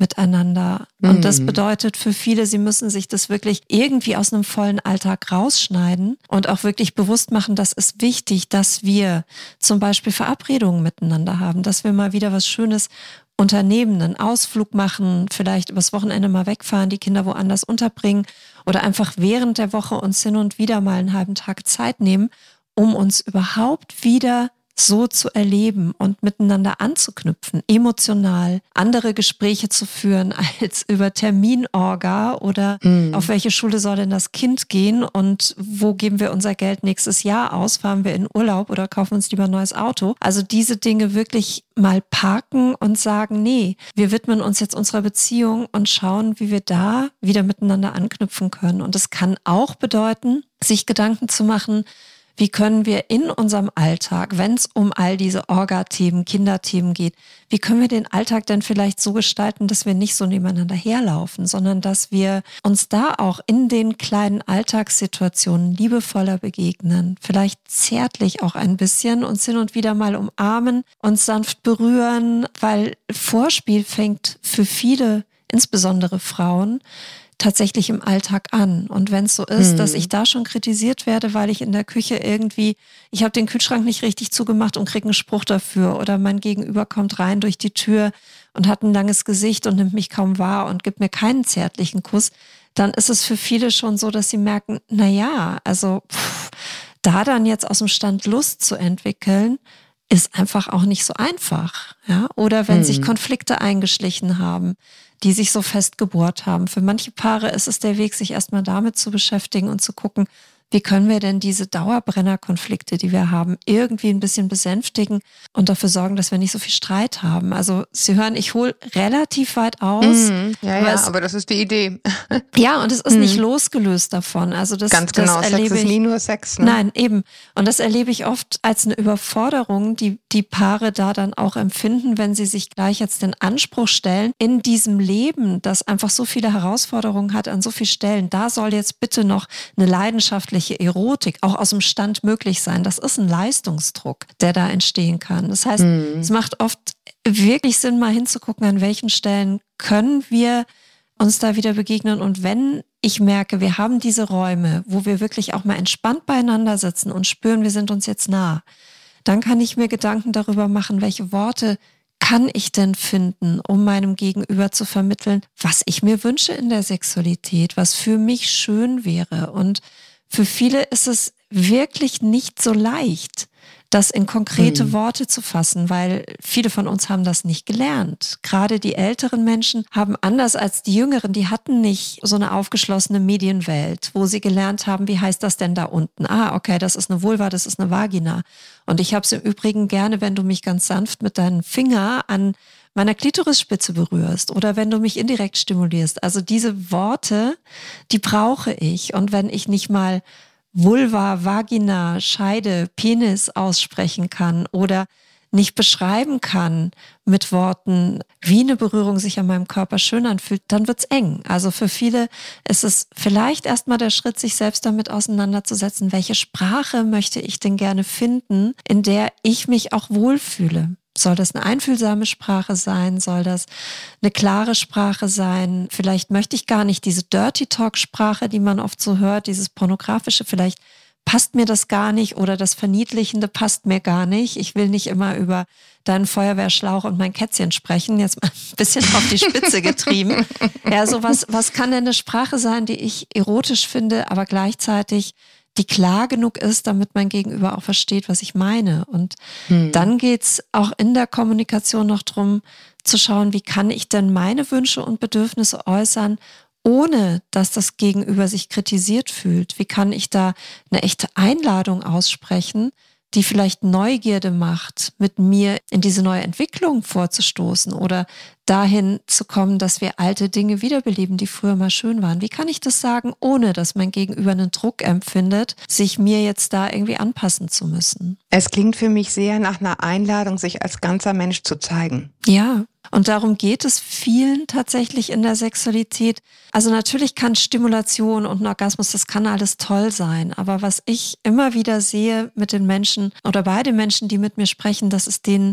miteinander. Und mhm. das bedeutet für viele, sie müssen sich das wirklich irgendwie aus einem vollen Alltag rausschneiden und auch wirklich bewusst machen, das ist wichtig, dass wir zum Beispiel Verabredungen miteinander haben, dass wir mal wieder was Schönes unternehmen, einen Ausflug machen, vielleicht übers Wochenende mal wegfahren, die Kinder woanders unterbringen oder einfach während der Woche uns hin und wieder mal einen halben Tag Zeit nehmen, um uns überhaupt wieder so zu erleben und miteinander anzuknüpfen, emotional andere Gespräche zu führen als über Terminorga oder mhm. auf welche Schule soll denn das Kind gehen und wo geben wir unser Geld nächstes Jahr aus, fahren wir in Urlaub oder kaufen uns lieber ein neues Auto. Also diese Dinge wirklich mal parken und sagen, nee, wir widmen uns jetzt unserer Beziehung und schauen, wie wir da wieder miteinander anknüpfen können. Und es kann auch bedeuten, sich Gedanken zu machen, wie können wir in unserem Alltag, wenn es um all diese Orga-Themen, Kinderthemen geht, wie können wir den Alltag denn vielleicht so gestalten, dass wir nicht so nebeneinander herlaufen, sondern dass wir uns da auch in den kleinen Alltagssituationen liebevoller begegnen, vielleicht zärtlich auch ein bisschen, uns hin und wieder mal umarmen, uns sanft berühren, weil Vorspiel fängt für viele, insbesondere Frauen, tatsächlich im Alltag an. Und wenn es so ist, hm. dass ich da schon kritisiert werde, weil ich in der Küche irgendwie, ich habe den Kühlschrank nicht richtig zugemacht und kriege einen Spruch dafür oder mein Gegenüber kommt rein durch die Tür und hat ein langes Gesicht und nimmt mich kaum wahr und gibt mir keinen zärtlichen Kuss, dann ist es für viele schon so, dass sie merken, na ja, also pff, da dann jetzt aus dem Stand Lust zu entwickeln, ist einfach auch nicht so einfach. Ja? Oder wenn hm. sich Konflikte eingeschlichen haben, die sich so festgebohrt haben. Für manche Paare ist es der Weg, sich erstmal damit zu beschäftigen und zu gucken, wie können wir denn diese Dauerbrennerkonflikte, die wir haben, irgendwie ein bisschen besänftigen und dafür sorgen, dass wir nicht so viel Streit haben. Also Sie hören, ich hole relativ weit aus. Mm, ja, aber, ja, es, aber das ist die Idee. Ja, und es ist mm. nicht losgelöst davon. Also das, Ganz genau, das Sex erlebe ist ich, nie nur Sex. Ne? Nein, eben. Und das erlebe ich oft als eine Überforderung, die die Paare da dann auch empfinden, wenn sie sich gleich jetzt den Anspruch stellen, in diesem Leben, das einfach so viele Herausforderungen hat an so vielen Stellen, da soll jetzt bitte noch eine leidenschaftliche Erotik auch aus dem Stand möglich sein. Das ist ein Leistungsdruck, der da entstehen kann. Das heißt, mhm. es macht oft wirklich Sinn, mal hinzugucken, an welchen Stellen können wir uns da wieder begegnen. Und wenn ich merke, wir haben diese Räume, wo wir wirklich auch mal entspannt beieinander sitzen und spüren, wir sind uns jetzt nah, dann kann ich mir Gedanken darüber machen, welche Worte kann ich denn finden, um meinem Gegenüber zu vermitteln, was ich mir wünsche in der Sexualität, was für mich schön wäre. Und für viele ist es wirklich nicht so leicht, das in konkrete mhm. Worte zu fassen, weil viele von uns haben das nicht gelernt. Gerade die älteren Menschen haben anders als die Jüngeren, die hatten nicht so eine aufgeschlossene Medienwelt, wo sie gelernt haben, wie heißt das denn da unten? Ah, okay, das ist eine Vulva, das ist eine Vagina. Und ich habe es im Übrigen gerne, wenn du mich ganz sanft mit deinem Finger an meiner Klitorisspitze berührst oder wenn du mich indirekt stimulierst. Also diese Worte, die brauche ich. Und wenn ich nicht mal Vulva, Vagina, Scheide, Penis aussprechen kann oder nicht beschreiben kann mit Worten, wie eine Berührung sich an meinem Körper schön anfühlt, dann wird's eng. Also für viele ist es vielleicht erstmal der Schritt, sich selbst damit auseinanderzusetzen, welche Sprache möchte ich denn gerne finden, in der ich mich auch wohlfühle. Soll das eine einfühlsame Sprache sein? Soll das eine klare Sprache sein? Vielleicht möchte ich gar nicht diese Dirty Talk-Sprache, die man oft so hört, dieses pornografische, vielleicht passt mir das gar nicht oder das Verniedlichende passt mir gar nicht. Ich will nicht immer über deinen Feuerwehrschlauch und mein Kätzchen sprechen, jetzt mal ein bisschen auf die Spitze getrieben. Ja, so was, was kann denn eine Sprache sein, die ich erotisch finde, aber gleichzeitig die klar genug ist, damit mein Gegenüber auch versteht, was ich meine. Und hm. dann geht's auch in der Kommunikation noch drum, zu schauen, wie kann ich denn meine Wünsche und Bedürfnisse äußern, ohne dass das Gegenüber sich kritisiert fühlt. Wie kann ich da eine echte Einladung aussprechen, die vielleicht Neugierde macht, mit mir in diese neue Entwicklung vorzustoßen oder dahin zu kommen, dass wir alte Dinge wiederbeleben, die früher mal schön waren. Wie kann ich das sagen, ohne dass mein Gegenüber einen Druck empfindet, sich mir jetzt da irgendwie anpassen zu müssen? Es klingt für mich sehr nach einer Einladung, sich als ganzer Mensch zu zeigen. Ja, und darum geht es vielen tatsächlich in der Sexualität. Also natürlich kann Stimulation und ein Orgasmus, das kann alles toll sein. Aber was ich immer wieder sehe mit den Menschen oder bei den Menschen, die mit mir sprechen, dass es denen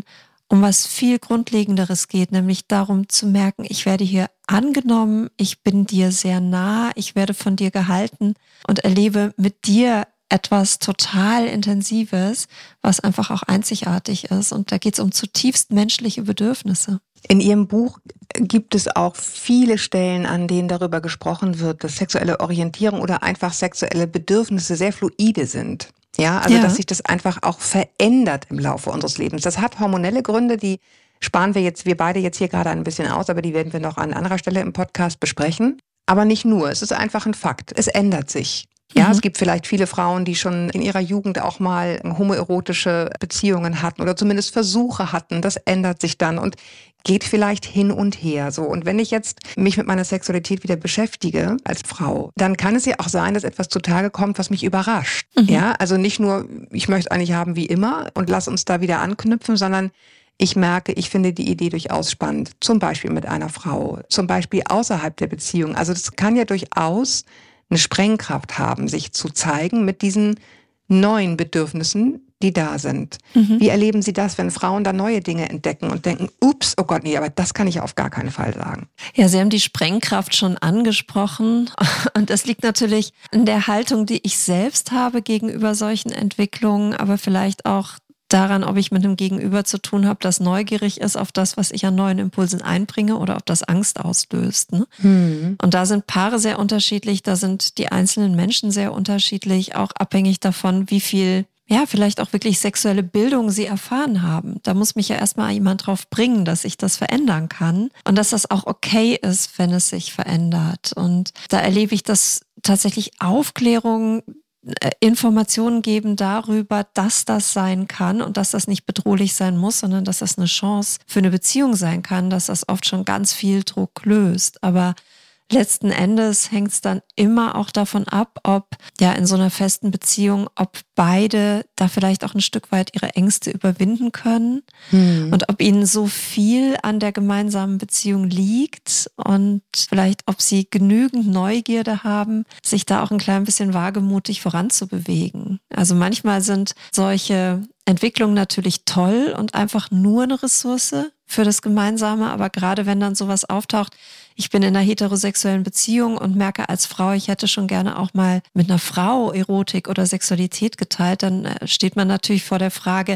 um was viel Grundlegenderes geht, nämlich darum zu merken, ich werde hier angenommen, ich bin dir sehr nah, ich werde von dir gehalten und erlebe mit dir etwas total Intensives, was einfach auch einzigartig ist. Und da geht es um zutiefst menschliche Bedürfnisse. In Ihrem Buch gibt es auch viele Stellen, an denen darüber gesprochen wird, dass sexuelle Orientierung oder einfach sexuelle Bedürfnisse sehr fluide sind. Ja, also Ja. dass sich das einfach auch verändert im Laufe unseres Lebens. Das hat hormonelle Gründe, die sparen wir jetzt, wir beide jetzt hier gerade ein bisschen aus, aber die werden wir noch an anderer Stelle im Podcast besprechen. Aber nicht nur, es ist einfach ein Fakt. Es ändert sich. Ja, Mhm. es gibt vielleicht viele Frauen, die schon in ihrer Jugend auch mal homoerotische Beziehungen hatten oder zumindest Versuche hatten. Das ändert sich dann und geht vielleicht hin und her. So. Und wenn ich jetzt mich mit meiner Sexualität wieder beschäftige als Frau, dann kann es ja auch sein, dass etwas zutage kommt, was mich überrascht. Mhm. Ja, also nicht nur, ich möchte eigentlich haben wie immer und lass uns da wieder anknüpfen, sondern ich merke, ich finde die Idee durchaus spannend. Zum Beispiel mit einer Frau, zum Beispiel außerhalb der Beziehung. Also das kann ja durchaus eine Sprengkraft haben, sich zu zeigen mit diesen neuen Bedürfnissen, die da sind. Mhm. Wie erleben Sie das, wenn Frauen da neue Dinge entdecken und denken, ups, oh Gott, nee, aber das kann ich auf gar keinen Fall sagen. Ja, Sie haben die Sprengkraft schon angesprochen. Und das liegt natürlich in der Haltung, die ich selbst habe gegenüber solchen Entwicklungen, aber vielleicht auch daran, ob ich mit einem Gegenüber zu tun habe, das neugierig ist auf das, was ich an neuen Impulsen einbringe oder ob das Angst auslöst. Ne? Hm. Und da sind Paare sehr unterschiedlich, da sind die einzelnen Menschen sehr unterschiedlich, auch abhängig davon, wie viel, ja, vielleicht auch wirklich sexuelle Bildung sie erfahren haben. Da muss mich ja erstmal jemand drauf bringen, dass ich das verändern kann und dass das auch okay ist, wenn es sich verändert. Und da erlebe ich, dass tatsächlich Aufklärung, Informationen geben darüber, dass das sein kann und dass das nicht bedrohlich sein muss, sondern dass das eine Chance für eine Beziehung sein kann, dass das oft schon ganz viel Druck löst. Aber letzten Endes hängt es dann immer auch davon ab, ob ja in so einer festen Beziehung, ob beide da vielleicht auch ein Stück weit ihre Ängste überwinden können Hm. und ob ihnen so viel an der gemeinsamen Beziehung liegt und vielleicht ob sie genügend Neugierde haben, sich da auch ein klein bisschen wagemutig voranzubewegen. Also manchmal sind solche Entwicklung natürlich toll und einfach nur eine Ressource für das Gemeinsame, aber gerade wenn dann sowas auftaucht, ich bin in einer heterosexuellen Beziehung und merke als Frau, ich hätte schon gerne auch mal mit einer Frau Erotik oder Sexualität geteilt, dann steht man natürlich vor der Frage,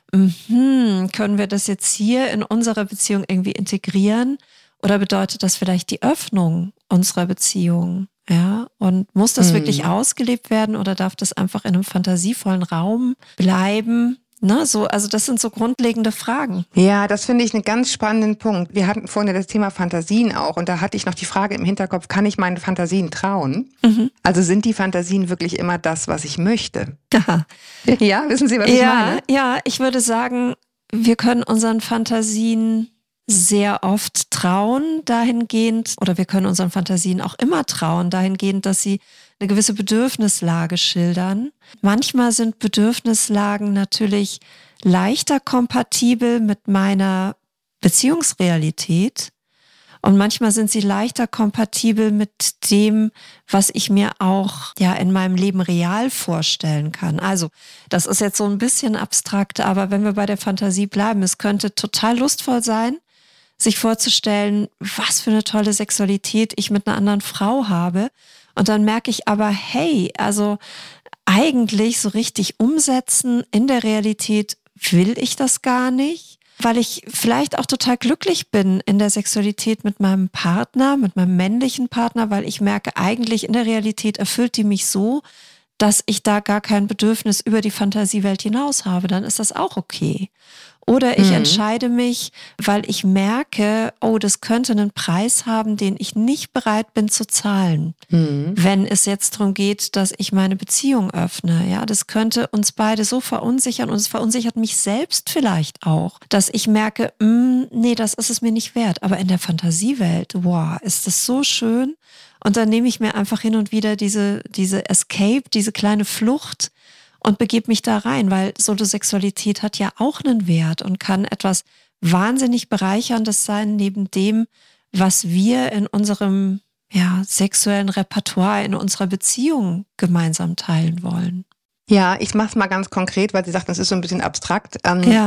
mhm, können wir das jetzt hier in unserer Beziehung irgendwie integrieren oder bedeutet das vielleicht die Öffnung unserer Beziehung? Ja, und muss das Mhm. wirklich ausgelebt werden oder darf das einfach in einem fantasievollen Raum bleiben? Ne, so, also das sind so grundlegende Fragen. Ja, das finde ich einen ganz spannenden Punkt. Wir hatten vorhin ja das Thema Fantasien auch und da hatte ich noch die Frage im Hinterkopf, kann ich meinen Fantasien trauen? Mhm. Also sind die Fantasien wirklich immer das, was ich möchte? Aha. Ja, wissen Sie, was ich Ja, meine? ja, ich würde sagen, wir können unseren Fantasien sehr oft trauen dahingehend, oder wir können unseren Fantasien auch immer trauen dahingehend, dass sie eine gewisse Bedürfnislage schildern. Manchmal sind Bedürfnislagen natürlich leichter kompatibel mit meiner Beziehungsrealität und manchmal sind sie leichter kompatibel mit dem, was ich mir auch ja in meinem Leben real vorstellen kann. Also das ist jetzt so ein bisschen abstrakt, aber wenn wir bei der Fantasie bleiben, es könnte total lustvoll sein, sich vorzustellen, was für eine tolle Sexualität ich mit einer anderen Frau habe. Und dann merke ich aber, hey, also eigentlich so richtig umsetzen in der Realität will ich das gar nicht, weil ich vielleicht auch total glücklich bin in der Sexualität mit meinem Partner, mit meinem männlichen Partner, weil ich merke, eigentlich in der Realität erfüllt die mich so, dass ich da gar kein Bedürfnis über die Fantasiewelt hinaus habe. Dann ist das auch okay. Oder ich Mhm. entscheide mich, weil ich merke, oh, das könnte einen Preis haben, den ich nicht bereit bin zu zahlen. Mhm. Wenn es jetzt darum geht, dass ich meine Beziehung öffne. Ja, das könnte uns beide so verunsichern und es verunsichert mich selbst vielleicht auch, dass ich merke, mh, nee, das ist es mir nicht wert. Aber in der Fantasiewelt, wow, ist das so schön. Und dann nehme ich mir einfach hin und wieder diese, diese Escape, diese kleine Flucht und begebe mich da rein, weil Solosexualität hat ja auch einen Wert und kann etwas wahnsinnig Bereicherndes sein, neben dem, was wir in unserem ja, sexuellen Repertoire, in unserer Beziehung gemeinsam teilen wollen. Ja, ich mache es mal ganz konkret, weil Sie sagten, es ist so ein bisschen abstrakt. Ähm, Ja.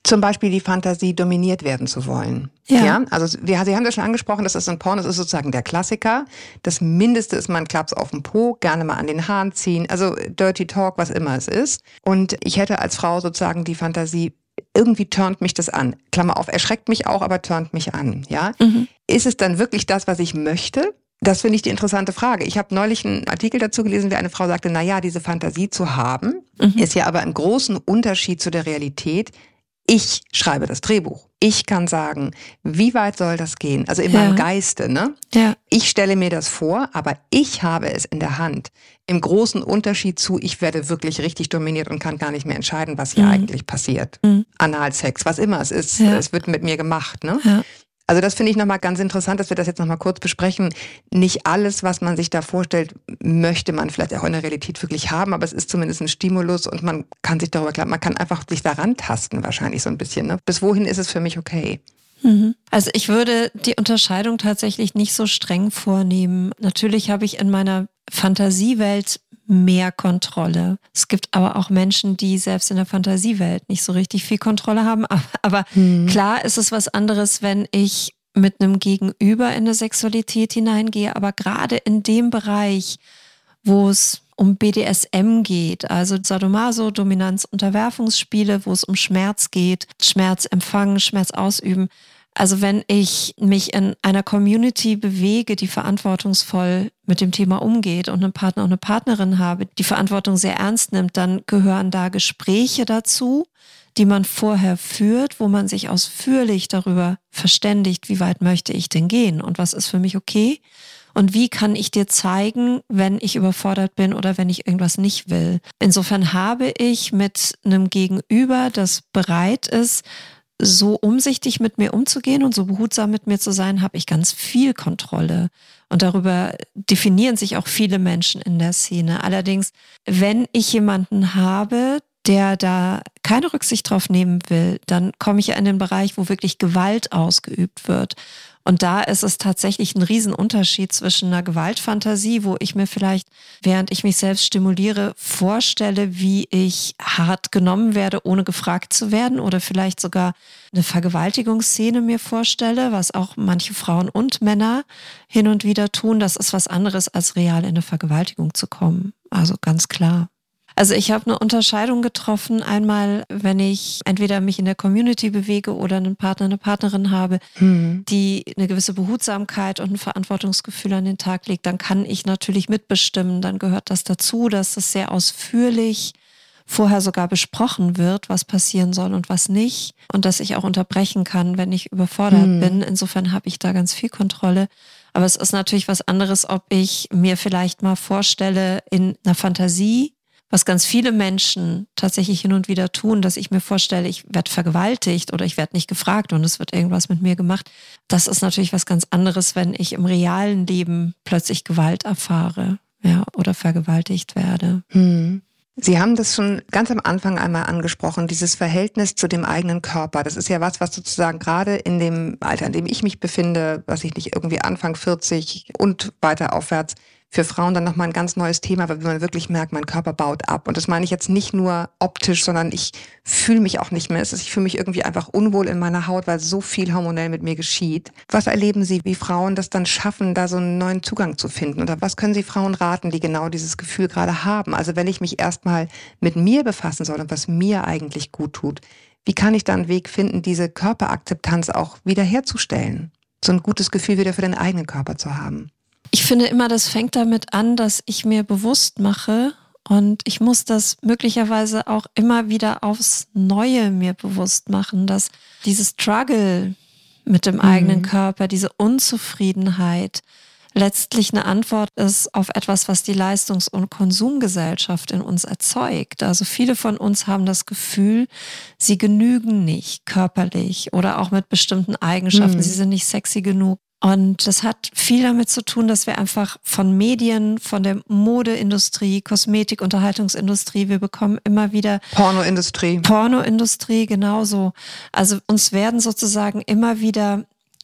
Zum Beispiel die Fantasie, dominiert werden zu wollen. Ja. ja? Also wir, Sie haben das schon angesprochen, das ist ein Porno, das ist sozusagen der Klassiker. Das Mindeste ist mal ein Klaps auf den Po, gerne mal an den Haaren ziehen, also Dirty Talk, was immer es ist. Und ich hätte als Frau sozusagen die Fantasie, irgendwie turnt mich das an. Klammer auf, erschreckt mich auch, aber turnt mich an. Ja? Mhm. Ist es dann wirklich das, was ich möchte? Das finde ich die interessante Frage. Ich habe neulich einen Artikel dazu gelesen, wie eine Frau sagte, na ja, diese Fantasie zu haben, mhm. ist ja aber im großen Unterschied zu der Realität. Ich schreibe das Drehbuch. Ich kann sagen, wie weit soll das gehen? Also in ja. meinem Geiste, ne? Ja. Ich stelle mir das vor, aber ich habe es in der Hand. Im großen Unterschied zu, ich werde wirklich richtig dominiert und kann gar nicht mehr entscheiden, was hier mhm. eigentlich passiert. Mhm. Analsex, was immer es ist, ja. es wird mit mir gemacht, ne? Ja. Also das finde ich nochmal ganz interessant, dass wir das jetzt nochmal kurz besprechen. Nicht alles, was man sich da vorstellt, möchte man vielleicht auch in der Realität wirklich haben, aber es ist zumindest ein Stimulus und man kann sich darüber klar, man kann einfach sich daran tasten wahrscheinlich so ein bisschen. Ne? Bis wohin ist es für mich okay? Also ich würde die Unterscheidung tatsächlich nicht so streng vornehmen. Natürlich habe ich in meiner Fantasiewelt mehr Kontrolle. Es gibt aber auch Menschen, die selbst in der Fantasiewelt nicht so richtig viel Kontrolle haben. Aber, aber hm. klar ist es was anderes, wenn ich mit einem Gegenüber in eine Sexualität hineingehe. Aber gerade in dem Bereich, wo es um B D S M geht, also Sadomaso, Dominanz, Unterwerfungsspiele, wo es um Schmerz geht, Schmerz empfangen, Schmerz ausüben. Also wenn ich mich in einer Community bewege, die verantwortungsvoll mit dem Thema umgeht und einen Partner und eine Partnerin habe, die Verantwortung sehr ernst nimmt, dann gehören da Gespräche dazu, die man vorher führt, wo man sich ausführlich darüber verständigt, wie weit möchte ich denn gehen und was ist für mich okay und wie kann ich dir zeigen, wenn ich überfordert bin oder wenn ich irgendwas nicht will. Insofern habe ich mit einem Gegenüber, das bereit ist, so umsichtig mit mir umzugehen und so behutsam mit mir zu sein, habe ich ganz viel Kontrolle. Und darüber definieren sich auch viele Menschen in der Szene. Allerdings, wenn ich jemanden habe, der da keine Rücksicht drauf nehmen will, dann komme ich ja in den Bereich, wo wirklich Gewalt ausgeübt wird. Und da ist es tatsächlich ein Riesenunterschied zwischen einer Gewaltfantasie, wo ich mir vielleicht, während ich mich selbst stimuliere, vorstelle, wie ich hart genommen werde, ohne gefragt zu werden, oder vielleicht sogar eine Vergewaltigungsszene mir vorstelle, was auch manche Frauen und Männer hin und wieder tun. Das ist was anderes, als real in eine Vergewaltigung zu kommen. Also ganz klar. Also ich habe eine Unterscheidung getroffen, einmal, wenn ich entweder mich in der Community bewege oder einen Partner, eine Partnerin habe, mhm. die eine gewisse Behutsamkeit und ein Verantwortungsgefühl an den Tag legt, dann kann ich natürlich mitbestimmen. Dann gehört das dazu, dass es sehr ausführlich vorher sogar besprochen wird, was passieren soll und was nicht. Und dass ich auch unterbrechen kann, wenn ich überfordert mhm. bin. Insofern habe ich da ganz viel Kontrolle. Aber es ist natürlich was anderes, ob ich mir vielleicht mal vorstelle, in einer Fantasie, was ganz viele Menschen tatsächlich hin und wieder tun, dass ich mir vorstelle, ich werde vergewaltigt oder ich werde nicht gefragt und es wird irgendwas mit mir gemacht. Das ist natürlich was ganz anderes, wenn ich im realen Leben plötzlich Gewalt erfahre, ja, oder vergewaltigt werde. Hm. Sie haben das schon ganz am Anfang einmal angesprochen, dieses Verhältnis zu dem eigenen Körper. Das ist ja was, was sozusagen gerade in dem Alter, in dem ich mich befinde, was ich nicht irgendwie Anfang vierzig und weiter aufwärts, für Frauen dann nochmal ein ganz neues Thema, weil man wirklich merkt, mein Körper baut ab. Und das meine ich jetzt nicht nur optisch, sondern ich fühle mich auch nicht mehr. Es ist, ich fühle mich irgendwie einfach unwohl in meiner Haut, weil so viel hormonell mit mir geschieht. Was erleben Sie, wie Frauen das dann schaffen, da so einen neuen Zugang zu finden? Oder was können Sie Frauen raten, die genau dieses Gefühl gerade haben? Also wenn ich mich erstmal mit mir befassen soll und was mir eigentlich gut tut, wie kann ich da einen Weg finden, diese Körperakzeptanz auch wiederherzustellen? So ein gutes Gefühl wieder für den eigenen Körper zu haben. Ich finde immer, das fängt damit an, dass ich mir bewusst mache und ich muss das möglicherweise auch immer wieder aufs Neue mir bewusst machen, dass dieses Struggle mit dem mhm. eigenen Körper, diese Unzufriedenheit letztlich eine Antwort ist auf etwas, was die Leistungs- und Konsumgesellschaft in uns erzeugt. Also viele von uns haben das Gefühl, sie genügen nicht körperlich oder auch mit bestimmten Eigenschaften. Mhm. Sie sind nicht sexy genug. Und das hat viel damit zu tun, dass wir einfach von Medien, von der Modeindustrie, Kosmetik, Unterhaltungsindustrie, wir bekommen immer wieder Pornoindustrie. Pornoindustrie, genauso. Also uns werden sozusagen immer wieder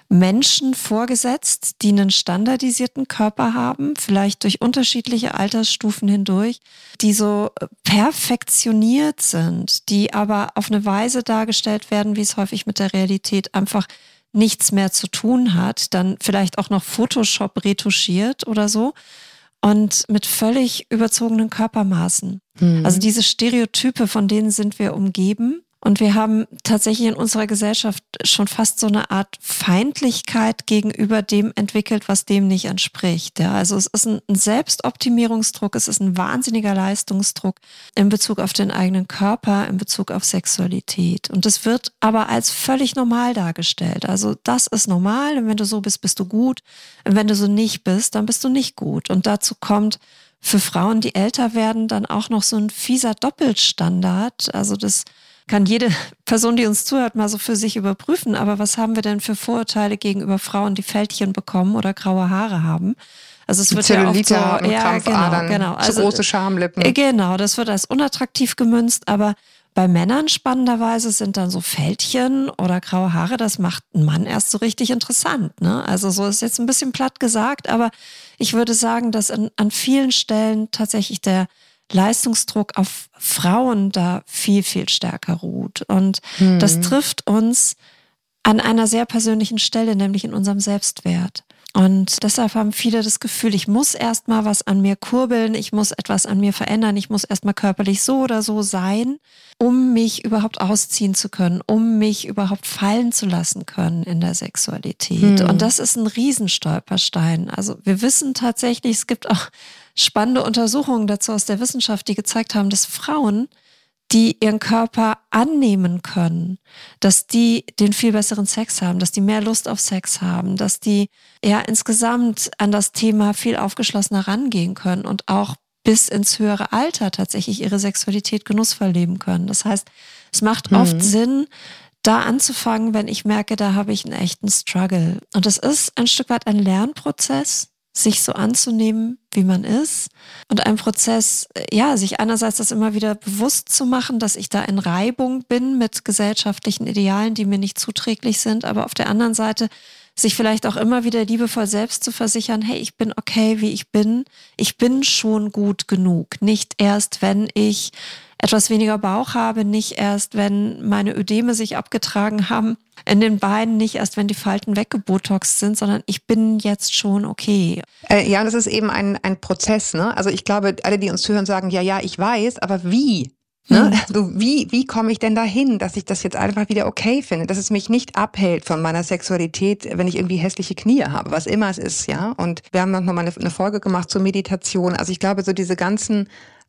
Menschen vorgesetzt, die einen standardisierten Körper haben, vielleicht durch unterschiedliche Altersstufen hindurch, die so perfektioniert sind, die aber auf eine Weise dargestellt werden, wie es häufig mit der Realität einfach nichts mehr zu tun hat, dann vielleicht auch noch Photoshop retuschiert oder so und mit völlig überzogenen Körpermaßen. Mhm. Also diese Stereotype, von denen sind wir umgeben. Und wir haben tatsächlich in unserer Gesellschaft schon fast so eine Art Feindlichkeit gegenüber dem entwickelt, was dem nicht entspricht. Ja, also es ist ein Selbstoptimierungsdruck, es ist ein wahnsinniger Leistungsdruck in Bezug auf den eigenen Körper, in Bezug auf Sexualität. Und das wird aber als völlig normal dargestellt. Also das ist normal und wenn du so bist, bist du gut. Und wenn du so nicht bist, dann bist du nicht gut. Und dazu kommt für Frauen, die älter werden, dann auch noch so ein fieser Doppelstandard. Also das kann jede Person, die uns zuhört, mal so für sich überprüfen. Aber was haben wir denn für Vorurteile gegenüber Frauen, die Fältchen bekommen oder graue Haare haben? Also es wird Zellulite ja oft so, haben, ja, Krampfadern, genau, genau. Also, zu große Schamlippen. Genau, das wird als unattraktiv gemünzt. Aber bei Männern spannenderweise sind dann so Fältchen oder graue Haare, das macht einen Mann erst so richtig interessant. Ne? Also so ist jetzt ein bisschen platt gesagt, aber ich würde sagen, dass in, an vielen Stellen tatsächlich der Leistungsdruck auf Frauen da viel, viel stärker ruht. Und hm. das trifft uns an einer sehr persönlichen Stelle, nämlich in unserem Selbstwert. Und deshalb haben viele das Gefühl, ich muss erst mal was an mir kurbeln, ich muss etwas an mir verändern, ich muss erst mal körperlich so oder so sein, um mich überhaupt ausziehen zu können, um mich überhaupt fallen zu lassen können in der Sexualität. Hm. Und das ist ein Riesenstolperstein. Also wir wissen tatsächlich, es gibt auch spannende Untersuchungen dazu aus der Wissenschaft, die gezeigt haben, dass Frauen, die ihren Körper annehmen können, dass die den viel besseren Sex haben, dass die mehr Lust auf Sex haben, dass die ja insgesamt an das Thema viel aufgeschlossener rangehen können und auch bis ins höhere Alter tatsächlich ihre Sexualität genussvoll leben können. Das heißt, es macht oft mhm. Sinn, da anzufangen, wenn ich merke, da habe ich einen echten Struggle. Und das ist ein Stück weit ein Lernprozess, sich so anzunehmen, wie man ist. Und ein Prozess, ja, sich einerseits das immer wieder bewusst zu machen, dass ich da in Reibung bin mit gesellschaftlichen Idealen, die mir nicht zuträglich sind, aber auf der anderen Seite sich vielleicht auch immer wieder liebevoll selbst zu versichern, hey, ich bin okay, wie ich bin. Ich bin schon gut genug. Nicht erst, wenn ich etwas weniger Bauch habe, nicht erst, wenn meine Ödeme sich abgetragen haben in den Beinen, nicht erst, wenn die Falten weggebotoxt sind, sondern ich bin jetzt schon okay. Äh, ja, und das ist eben ein, ein Prozess, ne? Also ich glaube, alle, die uns zuhören, sagen, ja, ja, ich weiß, aber wie? Ne? Also wie, wie komme ich denn dahin, dass ich das jetzt einfach wieder okay finde, dass es mich nicht abhält von meiner Sexualität, wenn ich irgendwie hässliche Knie habe, was immer es ist, ja. Und wir haben noch mal eine, eine Folge gemacht zur Meditation. Also ich glaube, so diese ganzen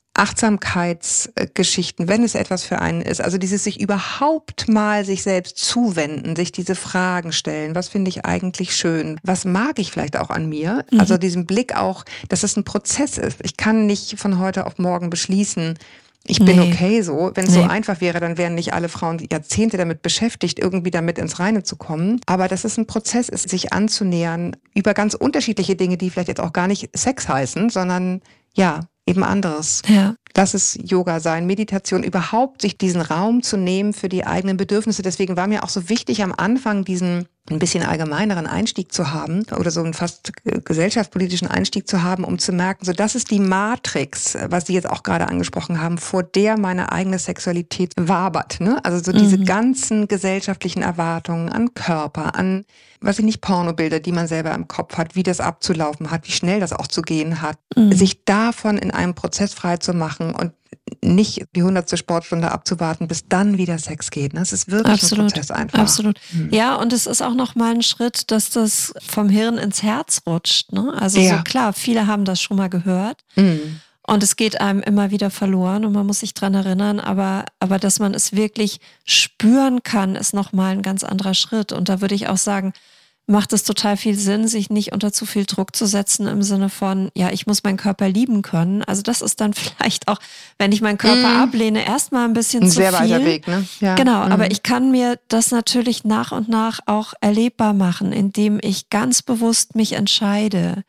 Achtsamkeitsgeschichten, wenn es etwas für einen ist, also dieses sich überhaupt mal sich selbst zuwenden, sich diese Fragen stellen, was finde ich eigentlich schön, was mag ich vielleicht auch an mir, mhm. also diesen Blick auch, dass es ein Prozess ist. Ich kann nicht von heute auf morgen beschließen, ich bin nee. okay so. Wenn es nee. so einfach wäre, dann wären nicht alle Frauen Jahrzehnte damit beschäftigt, irgendwie damit ins Reine zu kommen. Aber dass es ein Prozess ist, sich anzunähern über ganz unterschiedliche Dinge, die vielleicht jetzt auch gar nicht Sex heißen, sondern ja, eben anderes. Ja. Lass es Yoga sein, Meditation, überhaupt sich diesen Raum zu nehmen für die eigenen Bedürfnisse. Deswegen war mir auch so wichtig, am Anfang diesen ein bisschen allgemeineren Einstieg zu haben oder so einen fast gesellschaftspolitischen Einstieg zu haben, um zu merken, so das ist die Matrix, was Sie jetzt auch gerade angesprochen haben, vor der meine eigene Sexualität wabert. Ne? Also so diese mhm. ganzen gesellschaftlichen Erwartungen an Körper, an, weiß ich nicht, Pornobilder, die man selber im Kopf hat, wie das abzulaufen hat, wie schnell das auch zu gehen hat, mhm. sich davon in einem Prozess frei zu machen und nicht die hundertste Sportstunde abzuwarten, bis dann wieder Sex geht. Das ist wirklich absolut, ein Prozess einfach. Absolut. Hm. Ja, und es ist auch noch mal ein Schritt, dass das vom Hirn ins Herz rutscht. Ne? Also ja. so klar, viele haben das schon mal gehört. Mhm. Und es geht einem immer wieder verloren und man muss sich dran erinnern, aber, aber dass man es wirklich spüren kann, ist noch mal ein ganz anderer Schritt. Und da würde ich auch sagen, macht es total viel Sinn, sich nicht unter zu viel Druck zu setzen im Sinne von, ja, ich muss meinen Körper lieben können. Also das ist dann vielleicht auch, wenn ich meinen Körper mm. ablehne, erstmal ein bisschen ein zu sehr viel. Sehr weiter Weg, ne? Ja. Genau, mm. aber ich kann mir das natürlich nach und nach auch erlebbar machen, indem ich ganz bewusst mich entscheide,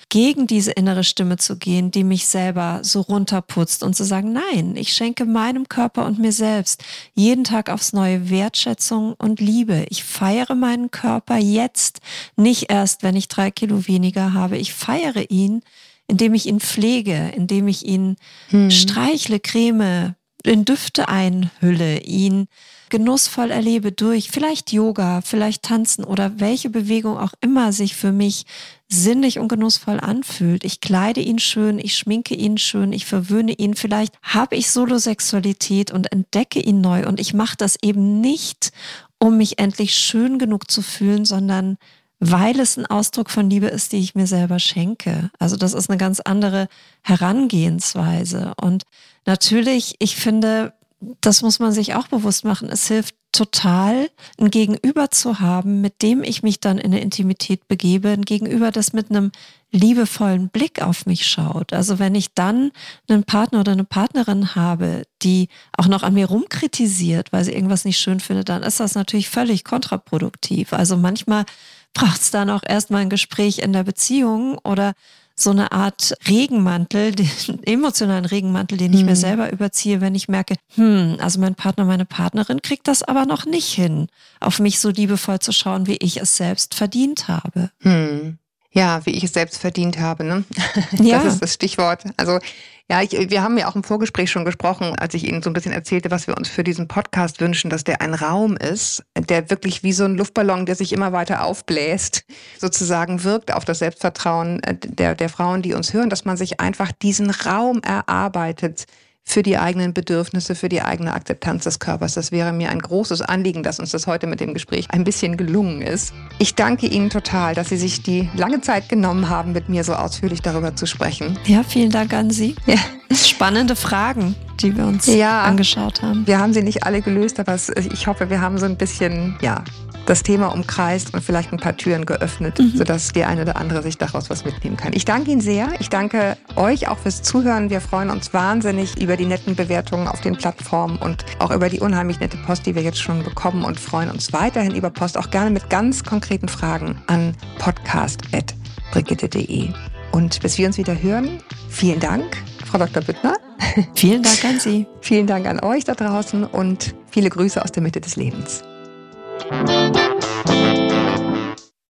gegen diese innere Stimme zu gehen, die mich selber so runterputzt und zu sagen, nein, ich schenke meinem Körper und mir selbst jeden Tag aufs Neue Wertschätzung und Liebe. Ich feiere meinen Körper jetzt, nicht erst, wenn ich drei Kilo weniger habe. Ich feiere ihn, indem ich ihn pflege, indem ich ihn hm. streichle, creme, in Düfte einhülle, ihn genussvoll erlebe durch vielleicht Yoga, vielleicht Tanzen oder welche Bewegung auch immer sich für mich sinnig und genussvoll anfühlt. Ich kleide ihn schön, ich schminke ihn schön, ich verwöhne ihn. Vielleicht habe ich Solosexualität und entdecke ihn neu und ich mache das eben nicht, um mich endlich schön genug zu fühlen, sondern weil es ein Ausdruck von Liebe ist, die ich mir selber schenke. Also das ist eine ganz andere Herangehensweise. Und natürlich, ich finde, das muss man sich auch bewusst machen, es hilft total, ein Gegenüber zu haben, mit dem ich mich dann in eine Intimität begebe, ein Gegenüber, das mit einem liebevollen Blick auf mich schaut. Also wenn ich dann einen Partner oder eine Partnerin habe, die auch noch an mir rumkritisiert, weil sie irgendwas nicht schön findet, dann ist das natürlich völlig kontraproduktiv. Also manchmal braucht es dann auch erstmal ein Gespräch in der Beziehung oder so eine Art Regenmantel, den emotionalen Regenmantel, den ich hm. mir selber überziehe, wenn ich merke, hm, also mein Partner, meine Partnerin kriegt das aber noch nicht hin, auf mich so liebevoll zu schauen, wie ich es selbst verdient habe. Hm. Ja, wie ich es selbst verdient habe, ne? Ja. Das ist das Stichwort. Also ja, ich, wir haben ja auch im Vorgespräch schon gesprochen, als ich Ihnen so ein bisschen erzählte, was wir uns für diesen Podcast wünschen, dass der ein Raum ist, der wirklich wie so ein Luftballon, der sich immer weiter aufbläst, sozusagen wirkt auf das Selbstvertrauen der, der Frauen, die uns hören, dass man sich einfach diesen Raum erarbeitet für die eigenen Bedürfnisse, für die eigene Akzeptanz des Körpers. Das wäre mir ein großes Anliegen, dass uns das heute mit dem Gespräch ein bisschen gelungen ist. Ich danke Ihnen total, dass Sie sich die lange Zeit genommen haben, mit mir so ausführlich darüber zu sprechen. Ja, vielen Dank an Sie. Ja. Spannende Fragen, die wir uns ja, angeschaut haben. Wir haben sie nicht alle gelöst, aber ich hoffe, wir haben so ein bisschen, ja, das Thema umkreist und vielleicht ein paar Türen geöffnet, mhm. sodass die eine oder andere sich daraus was mitnehmen kann. Ich danke Ihnen sehr. Ich danke euch auch fürs Zuhören. Wir freuen uns wahnsinnig über die netten Bewertungen auf den Plattformen und auch über die unheimlich nette Post, die wir jetzt schon bekommen und freuen uns weiterhin über Post, auch gerne mit ganz konkreten Fragen an podcast at brigitte punkt de. Und bis wir uns wieder hören, vielen Dank, Frau Doktor Büttner. Vielen Dank an Sie. Vielen Dank an euch da draußen und viele Grüße aus der Mitte des Lebens.